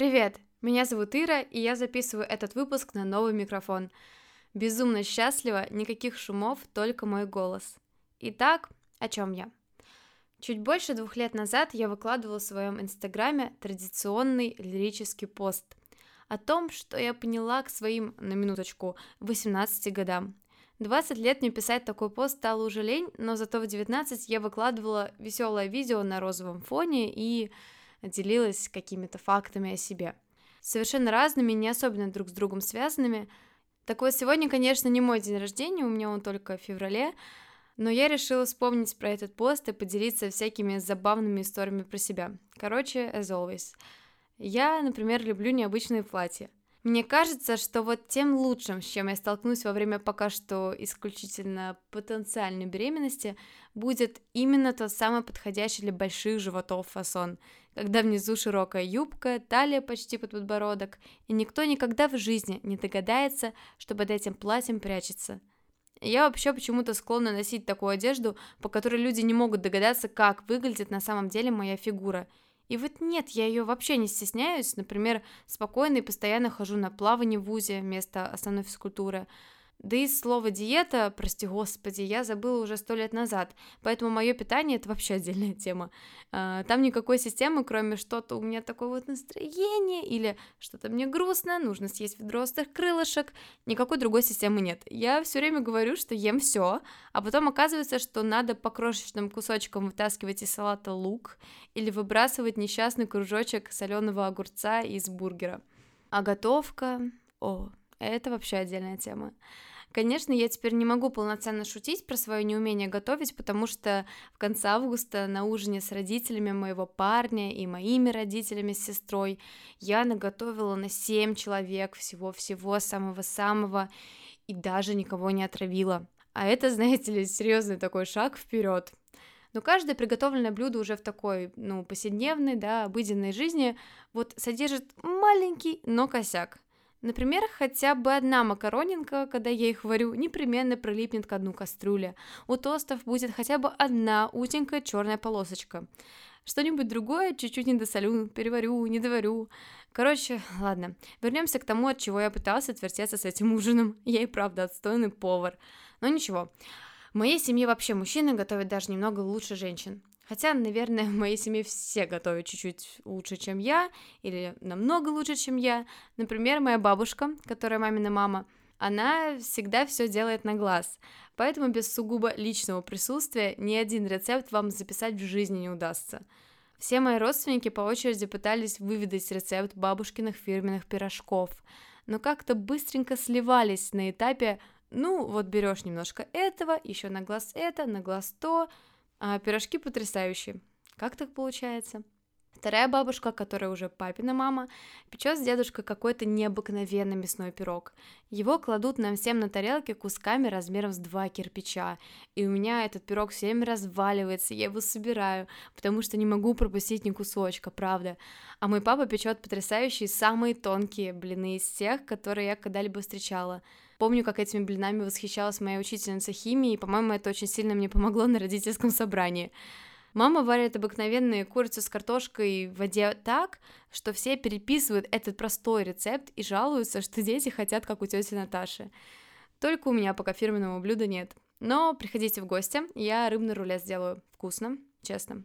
Привет! Меня зовут Ира, и я записываю этот выпуск на новый микрофон. Безумно счастлива, никаких шумов, только мой голос. Итак, о чем я? Чуть больше 2 лет назад я выкладывала в своем инстаграме традиционный лирический пост о том, что я поняла к своим, на минуточку, 18 годам. 20 лет мне писать такой пост стало уже лень, но зато в 19 я выкладывала веселое видео на розовом фоне и делилась какими-то фактами о себе. Совершенно разными, не особенно друг с другом связанными. Так вот, сегодня, конечно, не мой день рождения, у меня он только в феврале, но я решила вспомнить про этот пост и поделиться всякими забавными историями про себя. Короче, as always. Я, например, люблю необычные платья. Мне кажется, что вот тем лучшим, с чем я столкнусь во время пока что исключительно потенциальной беременности, будет именно тот самый подходящий для больших животов фасон, когда внизу широкая юбка, талия почти под подбородок, и никто никогда в жизни не догадается, что под этим платьем прячется. Я вообще почему-то склонна носить такую одежду, по которой люди не могут догадаться, как выглядит на самом деле моя фигура. И вот нет, я ее вообще не стесняюсь, например, спокойно и постоянно хожу на плавание в ВУЗе вместо основной физкультуры. Да и слово диета, прости господи, я забыла уже 100 лет назад, поэтому мое питание это вообще отдельная тема. Там никакой системы, кроме что-то у меня такое вот настроение или что-то мне грустно, нужно съесть ведро острых крылышек, никакой другой системы нет. Я все время говорю, что ем все, а потом оказывается, что надо по крошечным кусочкам вытаскивать из салата лук или выбрасывать несчастный кружочек соленого огурца из бургера. А готовка, это вообще отдельная тема. Конечно, я теперь не могу полноценно шутить про свое неумение готовить, потому что в конце августа на ужине с родителями моего парня и моими родителями с сестрой я наготовила на 7 человек всего-всего самого-самого и даже никого не отравила. А это, знаете ли, серьезный такой шаг вперед. Но каждое приготовленное блюдо уже в такой, повседневной, обыденной жизни вот содержит маленький, но косяк. Например, хотя бы одна макаронинка, когда я их варю, непременно прилипнет к дну кастрюли. У тостов будет хотя бы одна узенькая черная полосочка. Что-нибудь другое чуть-чуть недосолю, переварю, не доварю. Короче, ладно, вернемся к тому, от чего я пыталась отвертеться с этим ужином. Я и правда отстойный повар. Но ничего, в моей семье вообще мужчины готовят даже немного лучше женщин. Хотя, наверное, в моей семье все готовят чуть-чуть лучше, чем я, или намного лучше, чем я. Например, моя бабушка, которая мамина мама, она всегда все делает на глаз. Поэтому без сугубо личного присутствия ни один рецепт вам записать в жизни не удастся. Все мои родственники по очереди пытались выведать рецепт бабушкиных фирменных пирожков, но как-то быстренько сливались на этапе вот берешь немножко этого, еще на глаз это, на глаз то, а пирожки потрясающие. Как так получается? Вторая бабушка, которая уже папина мама, печет с дедушкой какой-то необыкновенный мясной пирог. Его кладут нам всем на тарелке кусками размером с 2 кирпича. И у меня этот пирог все время разваливается, я его собираю, потому что не могу пропустить ни кусочка, правда. А мой папа печет потрясающие самые тонкие блины из всех, которые я когда-либо встречала. Помню, как этими блинами восхищалась моя учительница химии, и, по-моему, это очень сильно мне помогло на родительском собрании. Мама варит обыкновенные курицу с картошкой в воде так, что все переписывают этот простой рецепт и жалуются, что дети хотят, как у тети Наташи. Только у меня пока фирменного блюда нет. Но приходите в гости, я рыбный рулет сделаю. Вкусно, честно.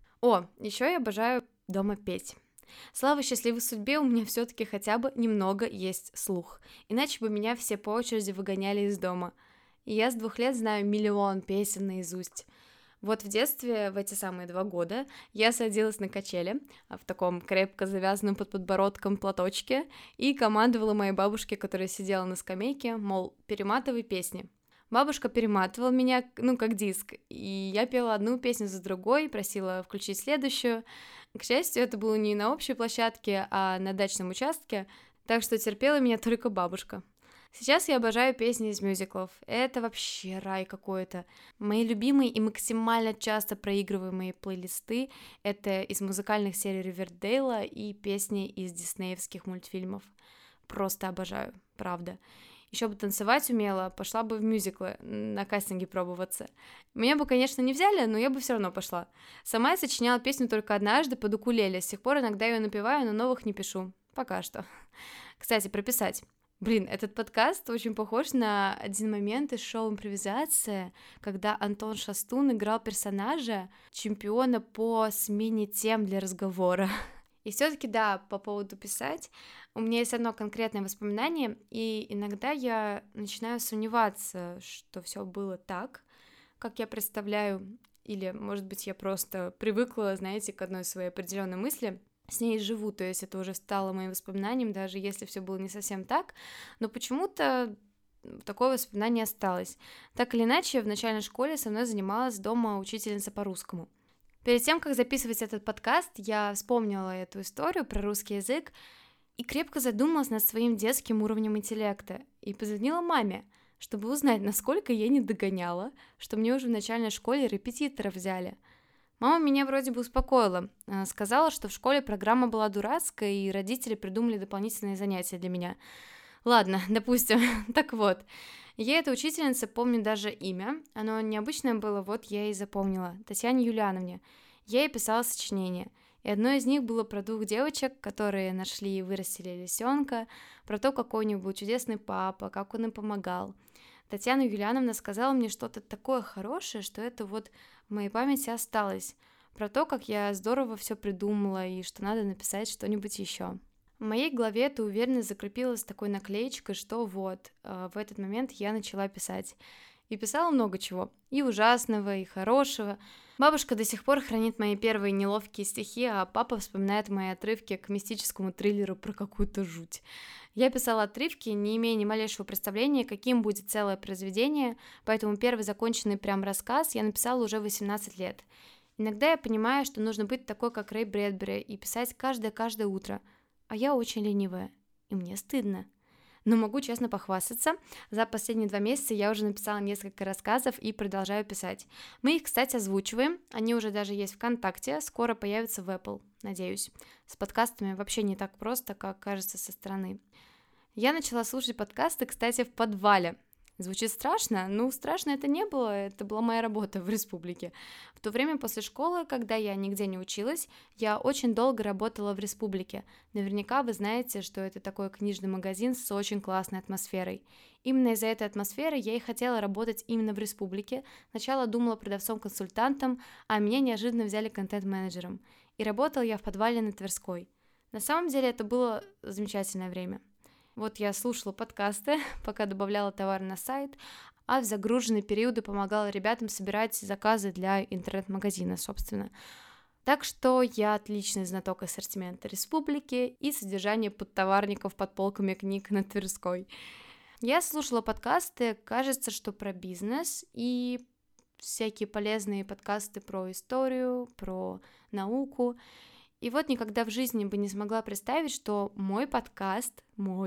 Еще я обожаю дома петь. Слава счастливой судьбе, у меня все-таки хотя бы немного есть слух, иначе бы меня все по очереди выгоняли из дома. И я с 2 лет знаю миллион песен наизусть. Вот в детстве, в эти самые 2 года, я садилась на качели в таком крепко завязанном под подбородком платочке и командовала моей бабушке, которая сидела на скамейке, мол, перематывай песни. Бабушка перематывала меня, как диск, и я пела одну песню за другой, просила включить следующую. К счастью, это было не на общей площадке, а на дачном участке, так что терпела меня только бабушка. Сейчас я обожаю песни из мюзиклов, это вообще рай какой-то. Мои любимые и максимально часто проигрываемые плейлисты — это из музыкальных серий Ривердейла и песни из диснеевских мультфильмов. Просто обожаю, правда. Еще бы танцевать умела, пошла бы в мюзиклы, на кастинге пробоваться. Меня бы, конечно, не взяли, но я бы все равно пошла. Сама я сочиняла песню только однажды под укулеле, с тех пор иногда ее напеваю, но новых не пишу. Пока что. Кстати, прописать. Блин, этот подкаст очень похож на один момент из шоу «Импровизация», когда Антон Шастун играл персонажа, чемпиона по смене тем для разговора. И все-таки, да, по поводу писать, у меня есть одно конкретное воспоминание, и иногда я начинаю сомневаться, что все было так, как я представляю, или, может быть, я просто привыкла, знаете, к одной своей определенной мысли, с ней живу, то есть это уже стало моим воспоминанием, даже если все было не совсем так, но почему-то такое воспоминание осталось. Так или иначе, в начальной школе со мной занималась дома учительница по русскому. Перед тем, как записывать этот подкаст, я вспомнила эту историю про русский язык и крепко задумалась над своим детским уровнем интеллекта и позвонила маме, чтобы узнать, насколько я не догоняла, что мне уже в начальной школе репетиторов взяли. Мама меня вроде бы успокоила, сказала, что в школе программа была дурацкая, и родители придумали дополнительные занятия для меня. Ладно, допустим. Так вот, я эта учительница, помню даже имя, оно необычное было, вот я и запомнила, Татьяне Юлиановне. Я ей писала сочинение, и одно из них было про 2 девочек, которые нашли и вырастили лисенка, про то, какой у них был чудесный папа, как он им помогал. Татьяна Юлиановна сказала мне что-то такое хорошее, что это вот в моей памяти осталось, про то, как я здорово все придумала и что надо написать что-нибудь еще. В моей голове эта уверенность закрепилась такой наклеечкой, что вот, в этот момент я начала писать. И писала много чего, и ужасного, и хорошего. Бабушка до сих пор хранит мои первые неловкие стихи, а папа вспоминает мои отрывки к мистическому триллеру про какую-то жуть. Я писала отрывки, не имея ни малейшего представления, каким будет целое произведение, поэтому первый законченный прям рассказ я написала уже в 18 лет. Иногда я понимаю, что нужно быть такой, как Рэй Брэдбери, и писать каждое утро, а я очень ленивая, и мне стыдно. Но могу честно похвастаться, за последние 2 месяца я уже написала несколько рассказов и продолжаю писать. Мы их, кстати, озвучиваем, они уже даже есть ВКонтакте, скоро появятся в Apple, надеюсь. С подкастами вообще не так просто, как кажется со стороны. Я начала слушать подкасты, кстати, в подвале. Звучит страшно? Ну, страшно это не было, это была моя работа в республике. В то время после школы, когда я нигде не училась, я очень долго работала в республике. Наверняка вы знаете, что это такой книжный магазин с очень классной атмосферой. Именно из-за этой атмосферы я и хотела работать именно в республике. Сначала думала продавцом-консультантом, а меня неожиданно взяли контент-менеджером. И работала я в подвале на Тверской. На самом деле это было замечательное время. Вот я слушала подкасты, пока добавляла товар на сайт, а в загруженные периоды помогала ребятам собирать заказы для интернет-магазина, собственно. Так что я отличный знаток ассортимента республики и содержания подтоварников под полками книг на Тверской. Я слушала подкасты, кажется, что про бизнес и всякие полезные подкасты про историю, про науку. И вот никогда в жизни бы не смогла представить, что мой подкаст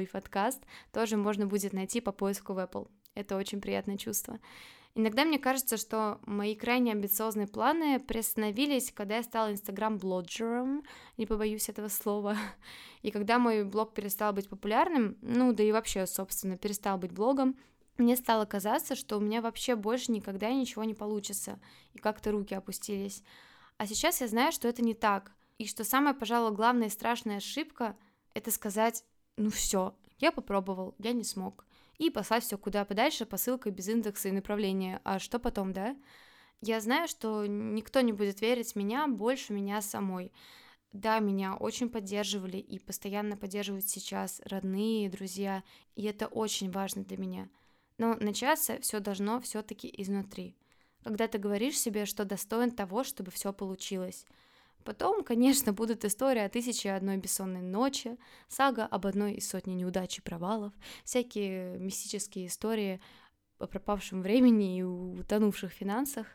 тоже можно будет найти по поиску в Apple. Это очень приятное чувство. Иногда мне кажется, что мои крайне амбициозные планы приостановились, когда я стала инстаграм-блоджером, не побоюсь этого слова, и когда мой блог перестал быть популярным, да и вообще, собственно, перестал быть блогом, мне стало казаться, что у меня вообще больше никогда ничего не получится, и как-то руки опустились. А сейчас я знаю, что это не так. И что самая, пожалуй, главная и страшная ошибка — это сказать: все, я попробовал, я не смог. И послать все куда подальше посылкой без индекса и направления. А что потом, да? Я знаю, что никто не будет верить в меня больше меня самой. Да, меня очень поддерживали и постоянно поддерживают сейчас родные, друзья, и это очень важно для меня. Но начаться все должно все-таки изнутри. Когда ты говоришь себе, что достоин того, чтобы все получилось. Потом, конечно, будут истории о 1001 бессонной ночи, сага об одной из сотни неудач и провалов, всякие мистические истории о пропавшем времени и утонувших финансах.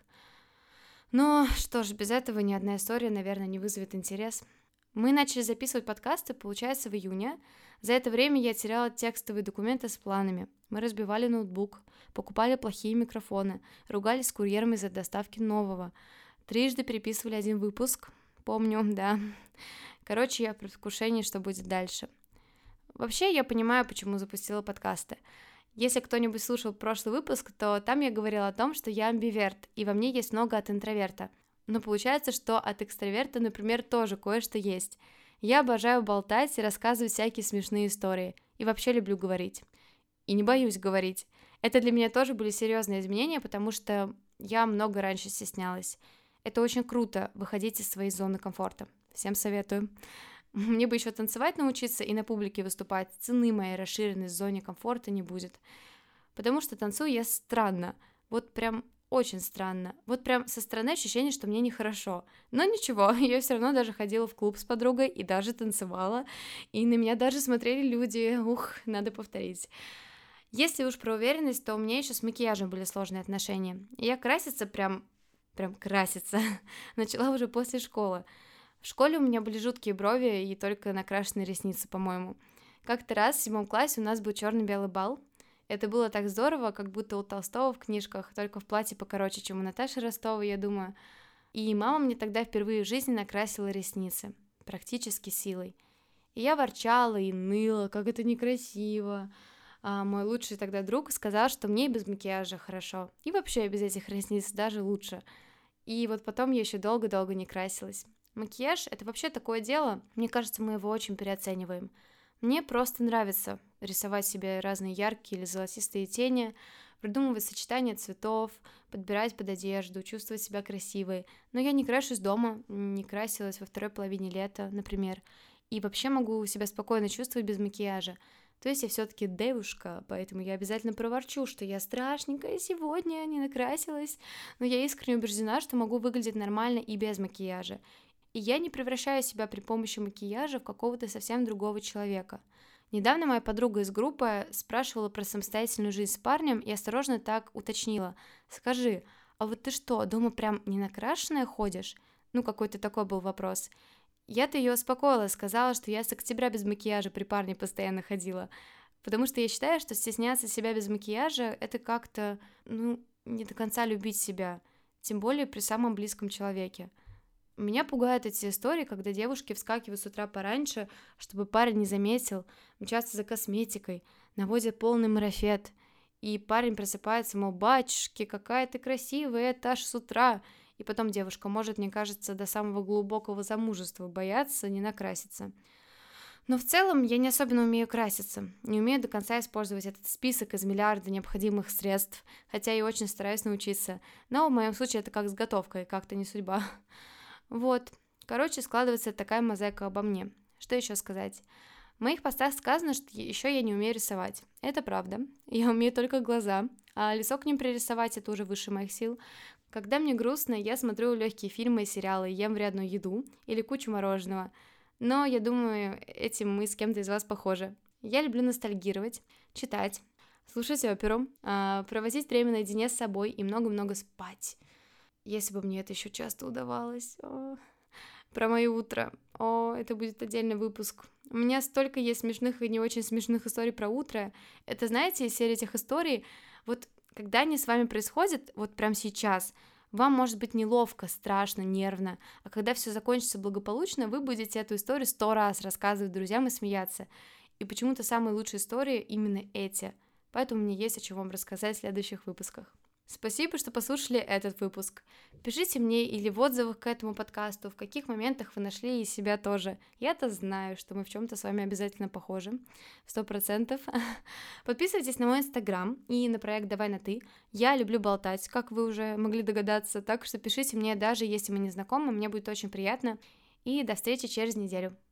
Но что ж, без этого ни одна история, наверное, не вызовет интерес. Мы начали записывать подкасты, получается, в июне. За это время я теряла текстовые документы с планами. Мы разбивали ноутбук, покупали плохие микрофоны, ругались с курьером из-за доставки нового. 3 переписывали 1 выпуск. Помню, да. Короче, я в предвкушении, что будет дальше. Вообще, я понимаю, почему запустила подкасты. Если кто-нибудь слушал прошлый выпуск, то там я говорила о том, что я амбиверт, и во мне есть много от интроверта. Но получается, что от экстраверта, например, тоже кое-что есть. Я обожаю болтать и рассказывать всякие смешные истории. И вообще люблю говорить. И не боюсь говорить. Это для меня тоже были серьезные изменения, потому что я много раньше стеснялась. Это очень круто, выходить из своей зоны комфорта. Всем советую. Мне бы еще танцевать научиться и на публике выступать. Цены моей расширенной зоне комфорта не будет. Потому что танцую я странно. Вот прям очень странно. Вот прям со стороны ощущение, что мне нехорошо. Но ничего, я все равно даже ходила в клуб с подругой и даже танцевала. И на меня даже смотрели люди. Ух, надо повторить. Если уж про уверенность, то у меня еще с макияжем были сложные отношения. И я краситься прям краситься начала уже после школы. В школе у меня были жуткие брови и только накрашенные ресницы, по-моему. Как-то раз в 7 классе у нас был черно-белый бал. Это было так здорово, как будто у Толстого в книжках, только в платье покороче, чем у Наташи Ростовой, я думаю. И мама мне тогда впервые в жизни накрасила ресницы, практически силой. И я ворчала и ныла, как это некрасиво. А мой лучший тогда друг сказал, что мне и без макияжа хорошо, и вообще без этих ресниц даже лучше. И вот потом я еще долго-долго не красилась. Макияж — это вообще такое дело, мне кажется, мы его очень переоцениваем. Мне просто нравится рисовать себе разные яркие или золотистые тени, придумывать сочетания цветов, подбирать под одежду, чувствовать себя красивой. Но я не крашусь дома, не красилась во второй половине лета, например. И вообще могу себя спокойно чувствовать без макияжа. То есть я все-таки девушка, поэтому я обязательно проворчу, что я страшненькая сегодня, не накрасилась. Но я искренне убеждена, что могу выглядеть нормально и без макияжа. И я не превращаю себя при помощи макияжа в какого-то совсем другого человека. Недавно моя подруга из группы спрашивала про самостоятельную жизнь с парнем и осторожно так уточнила. «Скажи, а вот ты что, дома прям не накрашенная ходишь?» Ну, какой-то такой был вопрос. Я-то ее успокоила, сказала, что я с октября без макияжа при парне постоянно ходила. Потому что я считаю, что стесняться себя без макияжа — это как-то, не до конца любить себя. Тем более при самом близком человеке. Меня пугают эти истории, когда девушки вскакивают с утра пораньше, чтобы парень не заметил, мчатся за косметикой, наводят полный марафет. И парень просыпается, мол, батюшки, какая ты красивая, это аж с утра. И потом девушка может, мне кажется, до самого глубокого замужества бояться не накраситься. Но в целом я не особенно умею краситься, не умею до конца использовать этот список из миллиарда необходимых средств, хотя и очень стараюсь научиться. Но в моем случае это как с готовкой, как-то не судьба. Вот, короче, складывается такая мозаика обо мне. Что еще сказать? В моих постах сказано, что еще я не умею рисовать. Это правда. Я умею только глаза, а лицо к ним пририсовать — это уже выше моих сил. Когда мне грустно, я смотрю легкие фильмы и сериалы, ем вредную еду или кучу мороженого. Но я думаю, этим мы с кем-то из вас похожи. Я люблю ностальгировать, читать, слушать оперу, проводить время наедине с собой и много-много спать. Если бы мне это еще часто удавалось. Про мое утро. Это будет отдельный выпуск. У меня столько есть смешных и не очень смешных историй про утро. Это, знаете, из серии этих историй, вот когда они с вами происходят, вот прямо сейчас, вам может быть неловко, страшно, нервно, а когда все закончится благополучно, вы будете эту историю 100 раз рассказывать друзьям и смеяться. И почему-то самые лучшие истории именно эти. Поэтому мне есть о чем вам рассказать в следующих выпусках. Спасибо, что послушали этот выпуск. Пишите мне или в отзывах к этому подкасту, в каких моментах вы нашли из себя тоже. Я-то знаю, что мы в чем-то с вами обязательно похожи. 100%. Подписывайтесь на мой инстаграм и на проект «Давай на ты». Я люблю болтать, как вы уже могли догадаться, так что пишите мне, даже если мы не знакомы, мне будет очень приятно. И до встречи через неделю.